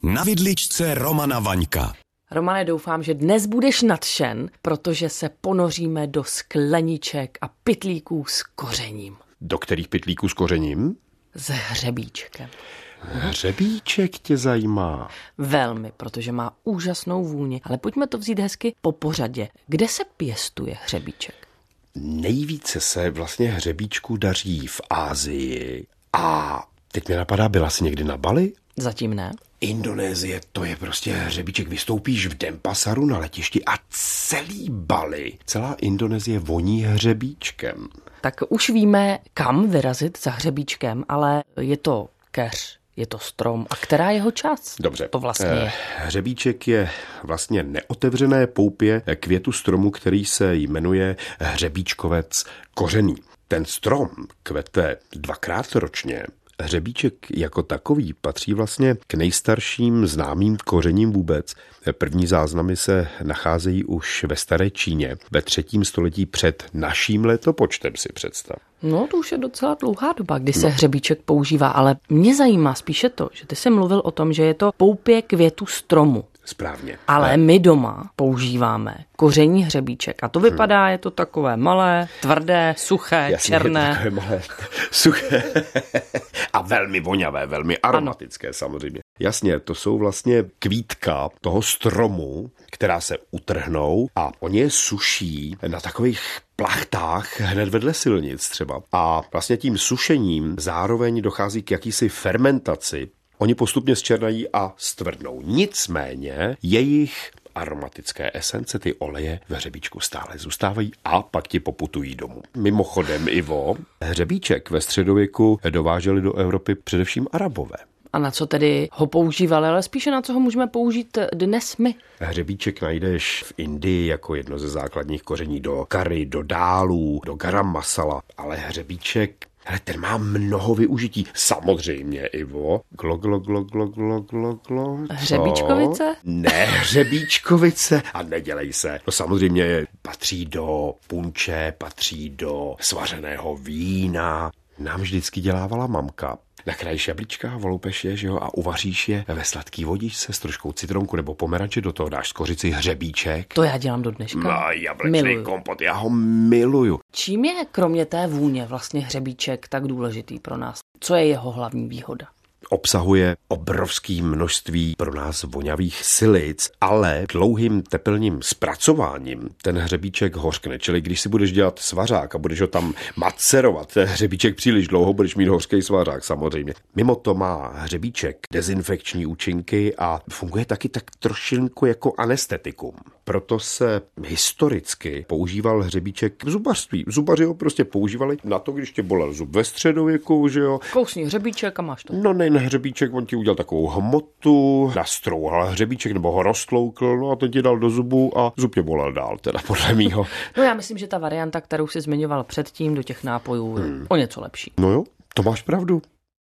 Na vidličce Romana Vaňka. Romane, doufám, že dnes budeš nadšen, protože se ponoříme do skleniček a pytlíků s kořením. Do kterých pytlíků s kořením? S hřebíčkem. Hřebíček tě zajímá? Velmi, protože má úžasnou vůni. Ale pojďme to vzít hezky po pořadě. Kde se pěstuje hřebíček? Nejvíce se vlastně hřebíčku daří v Asii. A teď mě napadá, byla jsi někdy na Bali? Zatím ne. Indonésie, to je prostě hřebíček. Vystoupíš v Denpasaru na letišti a celý Bali, celá Indonésie voní hřebíčkem. Tak už víme, kam vyrazit za hřebíčkem, ale je to keř, je to strom. A která jeho část? Dobře. To vlastně je. Hřebíček je vlastně neotevřené poupě květu stromu, který se jmenuje hřebíčkovec kořený. Ten strom kvete 2krát ročně. Hřebíček jako takový patří vlastně k nejstarším známým kořením vůbec. První záznamy se nacházejí už ve staré Číně, ve 3. století před naším letopočtem, si představ. No, to už je docela dlouhá doba, kdy se hřebíček používá, ale mě zajímá spíše to, že ty jsi mluvil o tom, že je to poupě květu stromu. Správně. Ale my doma používáme koření hřebíček a to vypadá, je to takové malé, tvrdé, suché, jasně, černé. Takové malé, suché a velmi voňavé, velmi aromatické samozřejmě. Jasně, to jsou vlastně kvítka toho stromu, která se utrhnou a oni je suší na takových plachtách hned vedle silnic třeba. A vlastně tím sušením zároveň dochází k jakýsi fermentaci. Oni postupně zčernají a stvrdnou. Nicméně jejich aromatické esence, ty oleje ve hřebíčku stále zůstávají a pak ti poputují domů. Mimochodem, Ivo, hřebíček ve středověku dováželi do Evropy především Arabové. A na co tedy ho používali, ale spíše na co ho můžeme použít dnes my? Hřebíček najdeš v Indii jako jedno ze základních koření do curry, do dálů, do garam masala, ale hřebíček, hele, ten má mnoho využití. Samozřejmě, Ivo. Hřebíčkovice? Ne, hřebíčkovice. A nedělej se. No samozřejmě patří do punče, patří do svařeného vína. Nám vždycky dělávala mamka. Nakrájíš jablíčka, voloupeš je, že jo, a uvaříš je ve sladký vodičce s troškou citronku nebo pomeranče, do toho dáš z kořici hřebíček. To já dělám do dneška. No, jablečný kompot, já ho miluju. Čím je kromě té vůně vlastně hřebíček tak důležitý pro nás? Co je jeho hlavní výhoda? Obsahuje obrovské množství pro nás vonavých silic, ale dlouhým tepelným zpracováním ten hřebíček hořkne. Čili když si budeš dělat svařák a budeš ho tam macerovat, ten hřebíček příliš dlouho, budeš mít hořký svařák samozřejmě. Mimo to má hřebíček dezinfekční účinky a funguje taky tak trošinku jako anestetikum. Proto se historicky používal hřebíček v zubařství. Zubaři ho prostě používali na to, když tě bolel zub ve středověku, že jo. Kousni hřebíček a máš to. No ne, hřebíček, on ti udělal takovou hmotu, nastrouhal hřebíček nebo ho roztloukl, no a to ti dal do zubu a zub tě bolel dál, teda podle mýho. No já myslím, že ta varianta, kterou jsi zmiňoval předtím do těch nápojů, je o něco lepší. No jo, to máš pravdu.